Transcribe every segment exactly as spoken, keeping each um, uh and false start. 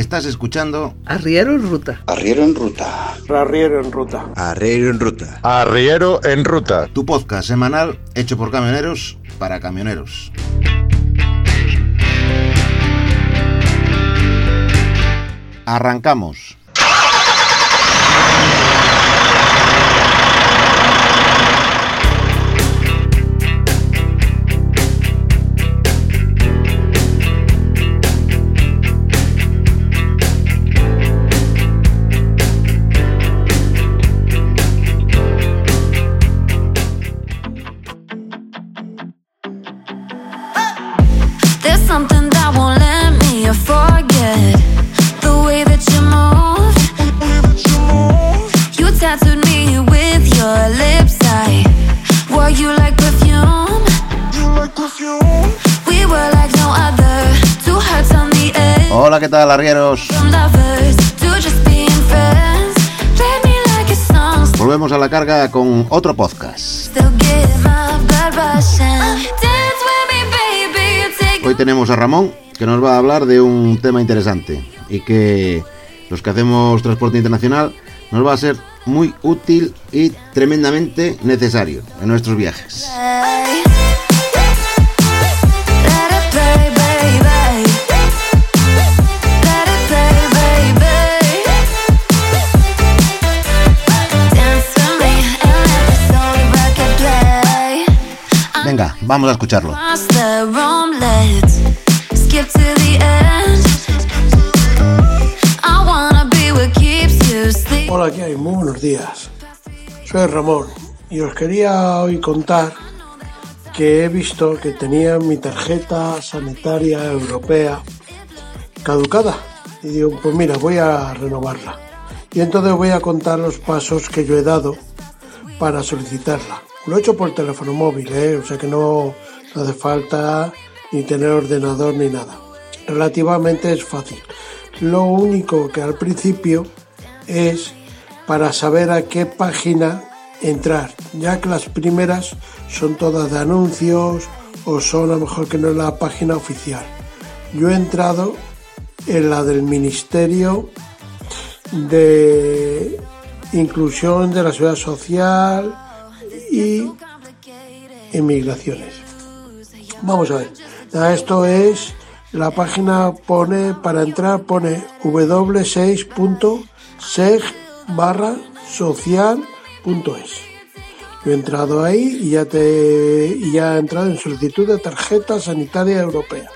Estás escuchando Arriero en Ruta. Arriero en Ruta. Arriero en Ruta. Arriero en Ruta. Arriero en Ruta. Tu podcast semanal hecho por camioneros para camioneros. Arrancamos. Hola, ¿qué tal, arrieros? Volvemos a la carga con otro podcast. Hoy tenemos a Ramón, que nos va a hablar de un tema interesante y que los que hacemos transporte internacional nos va a ser muy útil y tremendamente necesario en nuestros viajes. Venga, vamos a escucharlo. Hola, ¿qué hay? Muy buenos días. Soy Ramón y os quería hoy contar que he visto que tenía mi tarjeta sanitaria europea caducada. Y digo, pues mira, voy a renovarla. Y entonces voy a contar los pasos que yo he dado para solicitarla. Lo he hecho por teléfono móvil, ¿eh? O sea que no, no hace falta ni tener ordenador ni nada. Relativamente es fácil. Lo único que al principio es para saber a qué página entrar, ya que las primeras son todas de anuncios o son a lo mejor que no es la página oficial. Yo he entrado en la del Ministerio de Inclusión de la Seguridad Social y Inmigraciones. Vamos a ver. Esto es, la página pone, para entrar pone doble u doble u doble u seis punto seg barra social punto es. Yo he entrado ahí y ya te y ya he entrado en solicitud de tarjeta sanitaria europea.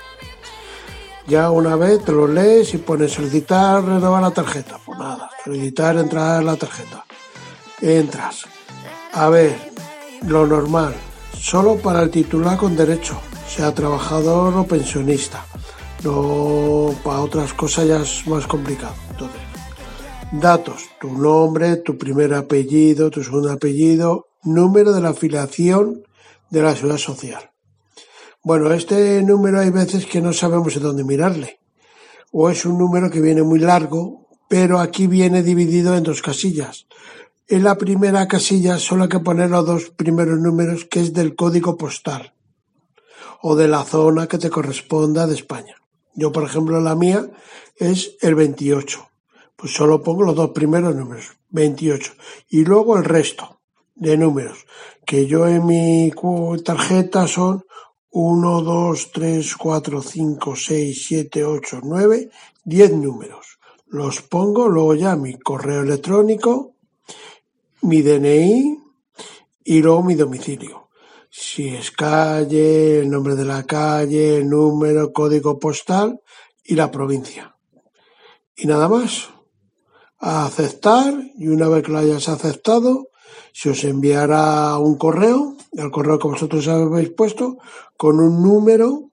Ya una vez te lo lees y pone solicitar renovar la tarjeta. Pues nada, solicitar entrar la tarjeta. Entras. A ver, lo normal, solo para el titular con derecho, sea trabajador o pensionista. No, para otras cosas ya es más complicado. Entonces, datos, tu nombre, tu primer apellido, tu segundo apellido, número de la afiliación de la Seguridad Social. Bueno, este número hay veces que no sabemos en dónde mirarle. O es un número que viene muy largo, pero aquí viene dividido en dos casillas. En la primera casilla solo hay que poner los dos primeros números, que es del código postal o de la zona que te corresponda de España. Yo, por ejemplo, la mía es el veintiocho. Pues solo pongo los dos primeros números, veintiocho. Y luego el resto de números, que yo en mi tarjeta son uno, dos, tres, cuatro, cinco, seis, siete, ocho, nueve, diez números. Los pongo, luego ya mi correo electrónico, mi D N I y luego mi domicilio. Si es calle, el nombre de la calle, el número, código postal y la provincia. Y nada más. A aceptar, y una vez que lo hayas aceptado, se os enviará un correo, el correo que vosotros habéis puesto, con un número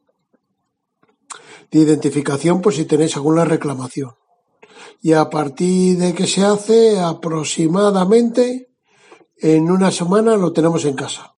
de identificación por si tenéis alguna reclamación. Y a partir de que se hace, aproximadamente en una semana lo tenemos en casa.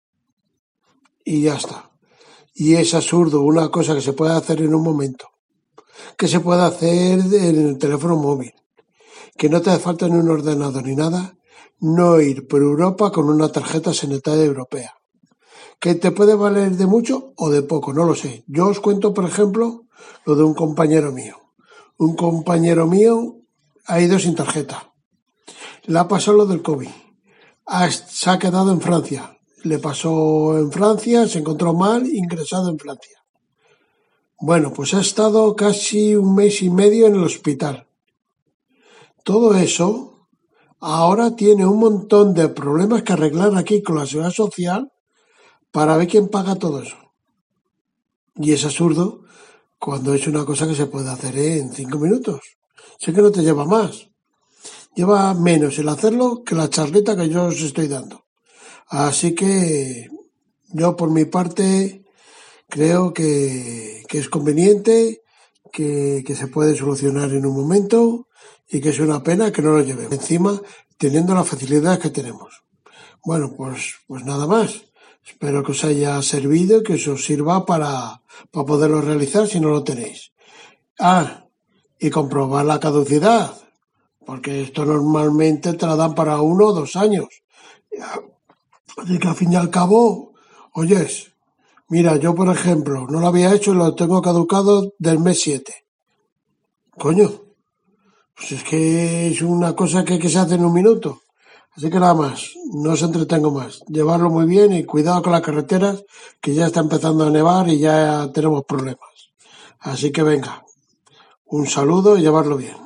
Y ya está. Y es absurdo, una cosa que se puede hacer en un momento, que se puede hacer en el teléfono móvil, que no te hace falta ni un ordenador ni nada, no ir por Europa con una tarjeta sanitaria europea. ¿Que te puede valer de mucho o de poco? No lo sé. Yo os cuento, por ejemplo, lo de un compañero mío. un compañero mío ha ido sin tarjeta. Le ha pasado lo del COVID. Ha, se ha quedado en Francia. Le pasó en Francia, se encontró mal, ingresado en Francia. Bueno, pues ha estado casi un mes y medio en el hospital. Todo eso, ahora tiene un montón de problemas que arreglar aquí con la Seguridad Social para ver quién paga todo eso. Y es absurdo cuando es una cosa que se puede hacer en cinco minutos. Sé que no te lleva más. Lleva menos el hacerlo que la charleta que yo os estoy dando. Así que yo por mi parte creo que, que es conveniente, que, que se puede solucionar en un momento y que es una pena que no lo llevemos. Encima, teniendo la facilidad que tenemos. Bueno, pues, pues nada más. Espero que os haya servido y que os sirva para, para poderlo realizar si no lo tenéis. Ah, y comprobar la caducidad, porque esto normalmente te la dan para uno o dos años. Así que al fin y al cabo, oyes, mira, yo por ejemplo, no lo había hecho y lo tengo caducado del mes siete. Coño, pues es que es una cosa que, que se hace en un minuto. Así que nada más, no os entretengo más. Llevarlo muy bien y cuidado con las carreteras, que ya está empezando a nevar y ya tenemos problemas. Así que venga, un saludo y llevarlo bien.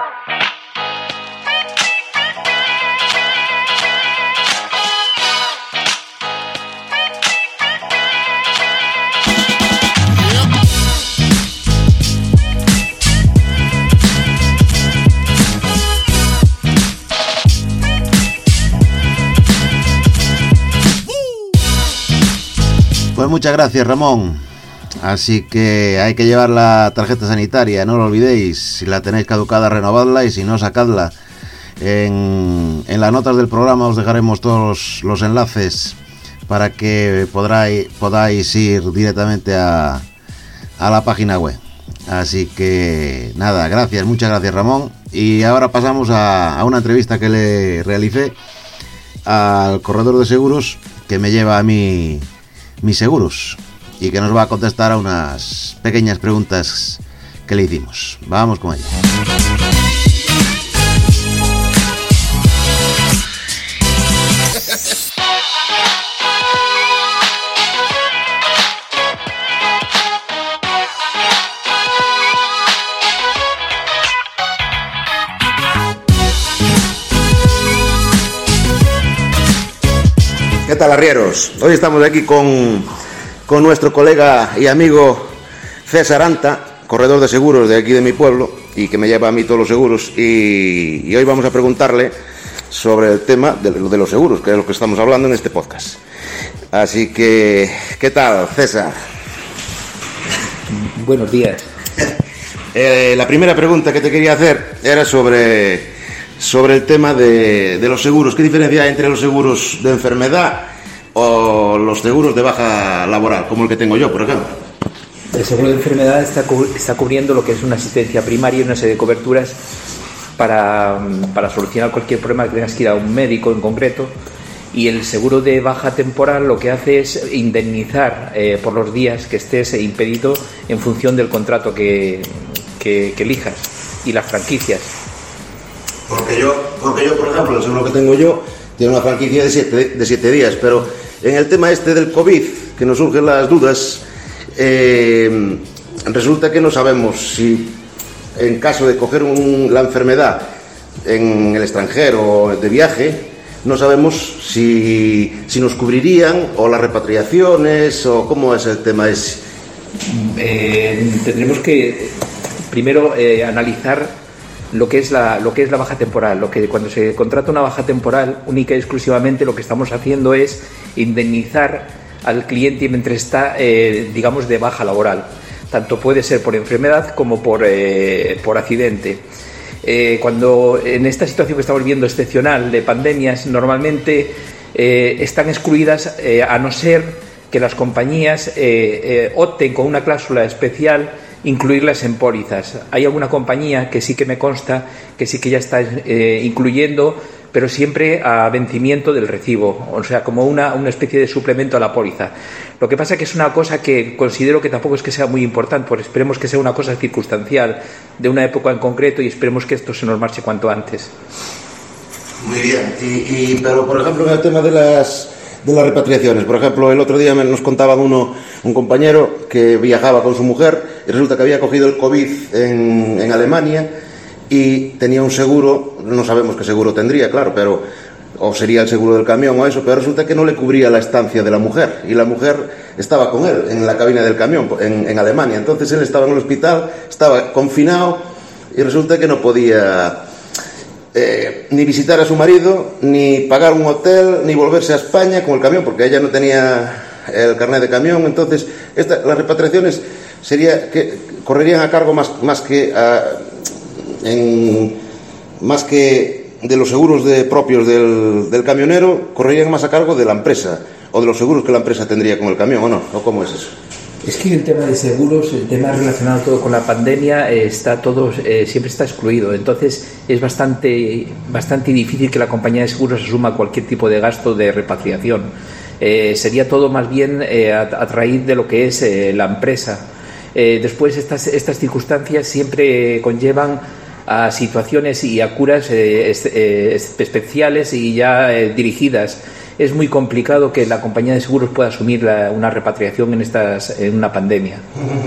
Pues muchas gracias, Ramón. Así que hay que llevar la tarjeta sanitaria, no lo olvidéis. Si la tenéis caducada, renovadla, y si no, sacadla. En, en las notas del programa os dejaremos todos los enlaces para que podráis, podáis ir directamente a, a la página web. Así que nada, gracias, muchas gracias, Ramón. Y ahora pasamos a, a una entrevista que le realicé al corredor de seguros que me lleva a mí mis seguros y que nos va a contestar a unas pequeñas preguntas que le hicimos. Vamos con ella. ¿Qué tal, arrieros? Hoy estamos aquí con, con nuestro colega y amigo César Anta, corredor de seguros de aquí de mi pueblo y que me lleva a mí todos los seguros, y, y hoy vamos a preguntarle sobre el tema de, de los seguros, que es lo que estamos hablando en este podcast. Así que, ¿qué tal, César? Buenos días. Eh, la primera pregunta que te quería hacer era sobre... sobre el tema de, de los seguros. ¿Qué diferencia hay entre los seguros de enfermedad o los seguros de baja laboral, como el que tengo yo, por ejemplo? El seguro de enfermedad está, está cubriendo lo que es una asistencia primaria y una serie de coberturas para, para solucionar cualquier problema que tengas que ir a un médico en concreto. Y el seguro de baja temporal lo que hace es indemnizar eh, por los días que estés impedido en función del contrato que, que, que elijas y las franquicias. Porque yo, porque yo, por ejemplo, el seguro que tengo yo tiene una franquicia de siete, de siete días, pero en el tema este del COVID, que nos surgen las dudas, eh, resulta que no sabemos si en caso de coger un, la enfermedad en el extranjero de viaje, no sabemos si, si nos cubrirían o las repatriaciones o cómo es el tema ese. Eh, tendremos que primero eh, analizar lo que es la lo que es la baja temporal. Lo que cuando se contrata una baja temporal única y exclusivamente, lo que estamos haciendo es indemnizar al cliente mientras está eh, digamos de baja laboral. Tanto puede ser por enfermedad como por eh, por accidente. Eh, cuando en esta situación que estamos viviendo excepcional de pandemias, normalmente eh, están excluidas eh, a no ser que las compañías eh, eh, opten con una cláusula especial incluirlas en pólizas. Hay alguna compañía que sí que me consta que sí que ya está eh, incluyendo pero siempre a vencimiento del recibo, o sea, como una, una especie de suplemento a la póliza. Lo que pasa es que es una cosa que considero que tampoco es que sea muy importante, pues esperemos que sea una cosa circunstancial de una época en concreto y esperemos que esto se nos marche cuanto antes. Muy bien, y, y, pero por ejemplo en el tema de las, de las repatriaciones, por ejemplo el otro día nos contaban uno, un compañero que viajaba con su mujer y resulta que había cogido el COVID en, en Alemania y tenía un seguro, no sabemos qué seguro tendría, claro, pero o sería el seguro del camión o eso, pero resulta que no le cubría la estancia de la mujer y la mujer estaba con él en la cabina del camión en, en Alemania, entonces él estaba en el hospital, estaba confinado y resulta que no podía eh, ni visitar a su marido, ni pagar un hotel, ni volverse a España con el camión, porque ella no tenía el carnet de camión. Entonces esta, las repatriaciones sería que correrían a cargo más, más que a, en, más que de los seguros de, propios del, del camionero, correrían más a cargo de la empresa o de los seguros que la empresa tendría con el camión, ¿o no? ¿O cómo es eso? Es que el tema de seguros, el tema relacionado todo con la pandemia, eh, está todo eh, siempre está excluido. Entonces es bastante bastante difícil que la compañía de seguros asuma cualquier tipo de gasto de repatriación. Eh, sería todo más bien eh, a, a raíz de lo que es eh, la empresa. Eh, después estas estas circunstancias siempre conllevan a situaciones y a curas eh, es, eh, especiales y ya eh, dirigidas. Es muy complicado que la compañía de seguros pueda asumir la, una repatriación en estas en una pandemia.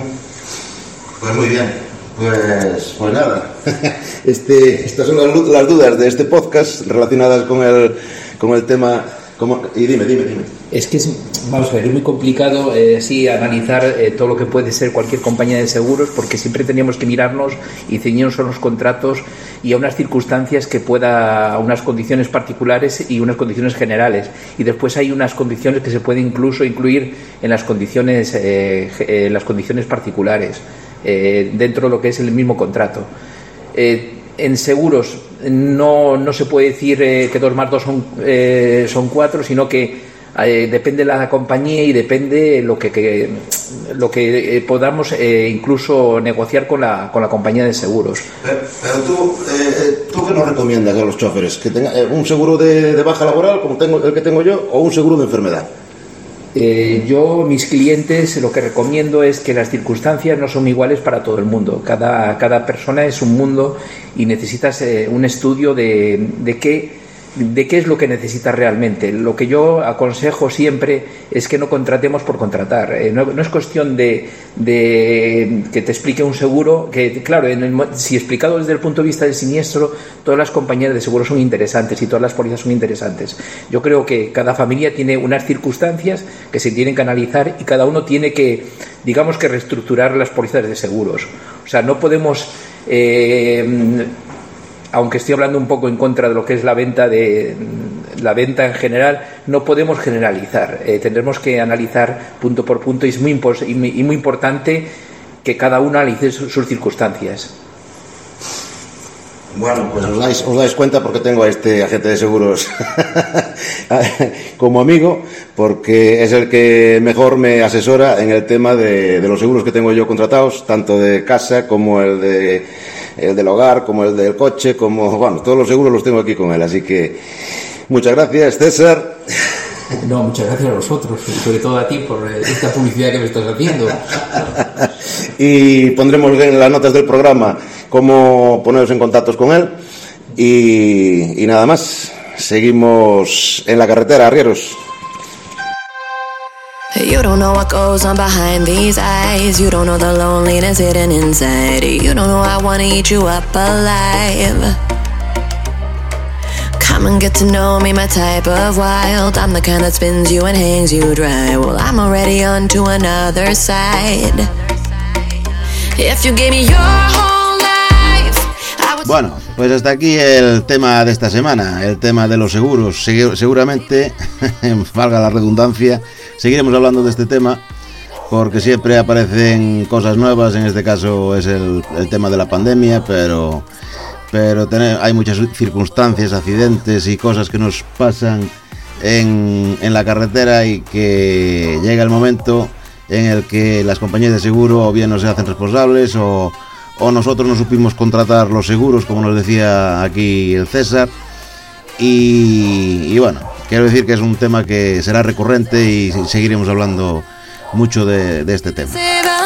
Pues muy bien, pues, pues nada. Este, estas son las, las dudas de este podcast relacionadas con el, con el tema. Como, y dime, dime, dime. Es que es, vamos a ver, es muy complicado eh, sí, analizar eh, todo lo que puede ser cualquier compañía de seguros, porque siempre teníamos que mirarnos y ceñirnos a los contratos y a unas circunstancias que pueda, a unas condiciones particulares y unas condiciones generales. Y después hay unas condiciones que se pueden incluso incluir en las condiciones, eh, eh, las condiciones particulares, eh, dentro de lo que es el mismo contrato. Eh, En seguros no, no se puede decir eh, que dos más dos son, eh, son cuatro, sino que eh, depende de la compañía y depende lo que, que, lo que eh, podamos eh, incluso negociar con la, con la compañía de seguros. Pero, pero tú, eh, ¿tú qué nos recomiendas a los choferes? ¿Que tenga eh, un seguro de, de baja laboral, como tengo, el que tengo yo, o un seguro de enfermedad? Eh, yo, mis clientes, lo que recomiendo es que las circunstancias no son iguales para todo el mundo. Cada, cada persona es un mundo y necesitas eh, un estudio de, de qué de qué es lo que necesitas realmente. Lo que yo aconsejo siempre es que no contratemos por contratar. Eh, no, no es cuestión de, de que te explique un seguro, que claro, en el, si explicado desde el punto de vista del siniestro, todas las compañías de seguros son interesantes y todas las pólizas son interesantes. Yo creo que cada familia tiene unas circunstancias que se tienen que analizar y cada uno tiene que, digamos, que reestructurar las pólizas de seguros. O sea, no podemos... Eh, aunque estoy hablando un poco en contra de lo que es la venta de la venta en general, no podemos generalizar. Eh, tendremos que analizar punto por punto y es muy, impos- y muy, y muy importante que cada uno analice sus, sus circunstancias. Bueno, pues os dais, os dais cuenta porque tengo a este agente de seguros como amigo, porque es el que mejor me asesora en el tema de, de los seguros que tengo yo contratados, tanto de casa como el de el del hogar, como el del coche, como, bueno, todos los seguros los tengo aquí con él, así que muchas gracias, César. No, muchas gracias a vosotros, y sobre todo a ti por esta publicidad que me estás haciendo. Y pondremos en las notas del programa cómo poneros en contacto con él. Y, y nada más, seguimos en la carretera, arrieros. You don't know what goes on behind these eyes. You don't know the loneliness hidden inside. You don't know I wanna eat you up alive. Come and get to know me, my type of wild. I'm the kind that spins you and hangs you dry. Well, I'm already on to another side. If you gave me your whole life, I would... Bueno, pues hasta aquí el tema de esta semana, el tema de los seguros. Seguramente, valga la redundancia, seguiremos hablando de este tema porque siempre aparecen cosas nuevas. En este caso es el, el tema de la pandemia, pero... pero tener, hay muchas circunstancias, accidentes y cosas que nos pasan en, en la carretera y que llega el momento en el que las compañías de seguro o bien no se hacen responsables o, o nosotros no supimos contratar los seguros, como nos decía aquí el César, y, y bueno, quiero decir que es un tema que será recurrente y seguiremos hablando mucho de, de este tema.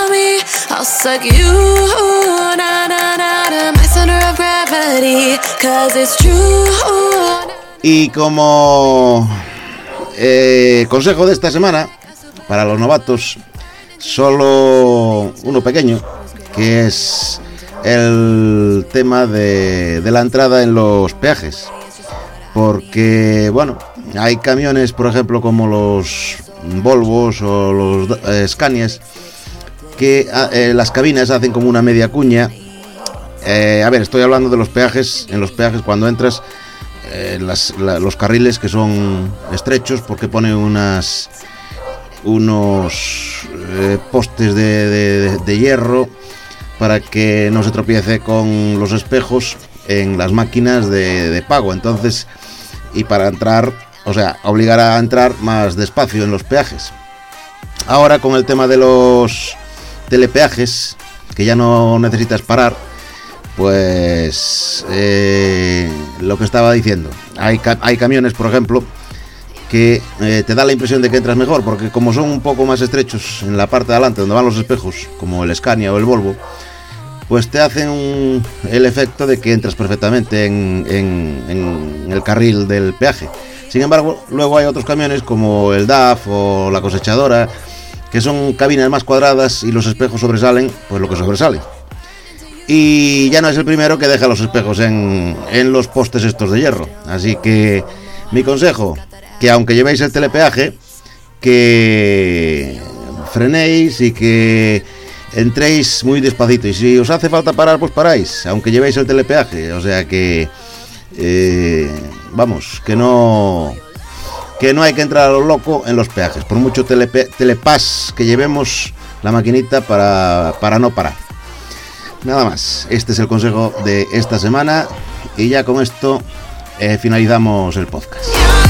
Y como eh, consejo de esta semana para los novatos, solo uno pequeño, que es el tema de, de la entrada en los peajes, porque bueno, hay camiones, por ejemplo, como los Volvos o los eh, Scanias, que eh, las cabinas hacen como una media cuña. Eh, a ver, estoy hablando de los peajes. En los peajes, cuando entras, eh, las, la, los carriles que son estrechos, porque ponen unas unos eh, postes de, de, de hierro para que no se tropiece con los espejos en las máquinas de, de pago. Entonces, y para entrar, o sea, obligar a entrar más despacio en los peajes. Ahora, con el tema de los telepeajes, que ya no necesitas parar, pues eh, lo que estaba diciendo, hay, hay camiones, por ejemplo, que eh, te da la impresión de que entras mejor, porque como son un poco más estrechos en la parte de adelante donde van los espejos, como el Scania o el Volvo, pues te hacen un, el efecto de que entras perfectamente en, en, en el carril del peaje. Sin embargo, luego hay otros camiones como el D A F o la cosechadora, que son cabinas más cuadradas y los espejos sobresalen, pues lo que sobresale. Y ya no es el primero que deja los espejos en, en los postes estos de hierro. Así que mi consejo, que aunque llevéis el telepeaje, que frenéis y que entréis muy despacito. Y si os hace falta parar, pues paráis, aunque llevéis el telepeaje. O sea que, eh, vamos, que no... que no hay que entrar a lo loco en los peajes, por mucho telepe, telepass que llevemos la maquinita para, para no parar. Nada más, este es el consejo de esta semana y ya con esto eh, finalizamos el podcast.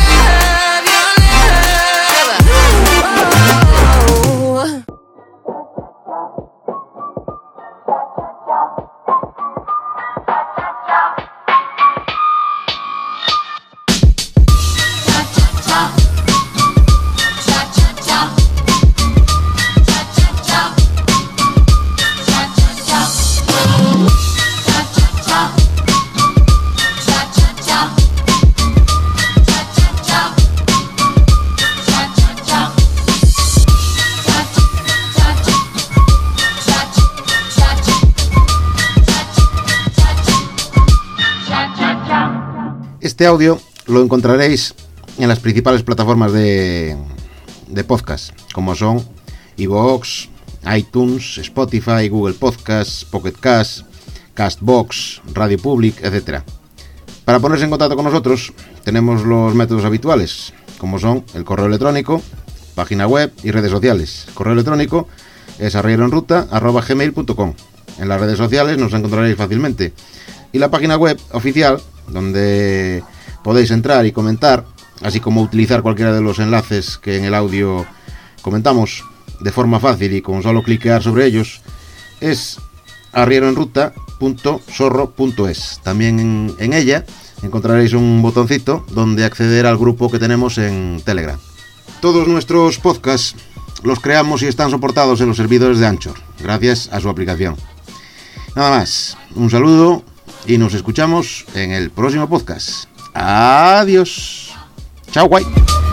Este audio lo encontraréis en las principales plataformas de, de podcast, como son iVoox, iTunes, Spotify, Google Podcasts, Pocket Cast, Castbox, Radio Public, etcétera. Para ponerse en contacto con nosotros tenemos los métodos habituales, como son el correo electrónico, página web y redes sociales. El correo electrónico es arrieroenruta arroba gmail punto com. En las redes sociales nos encontraréis fácilmente. Y la página web oficial, donde podéis entrar y comentar, así como utilizar cualquiera de los enlaces que en el audio comentamos de forma fácil y con solo cliquear sobre ellos, es arrieroenruta punto sorro punto es. También en, en ella encontraréis un botoncito donde acceder al grupo que tenemos en Telegram. Todos nuestros podcasts los creamos y están soportados en los servidores de Anchor, gracias a su aplicación. Nada más, un saludo y nos escuchamos en el próximo podcast. Adiós. Chao, guay.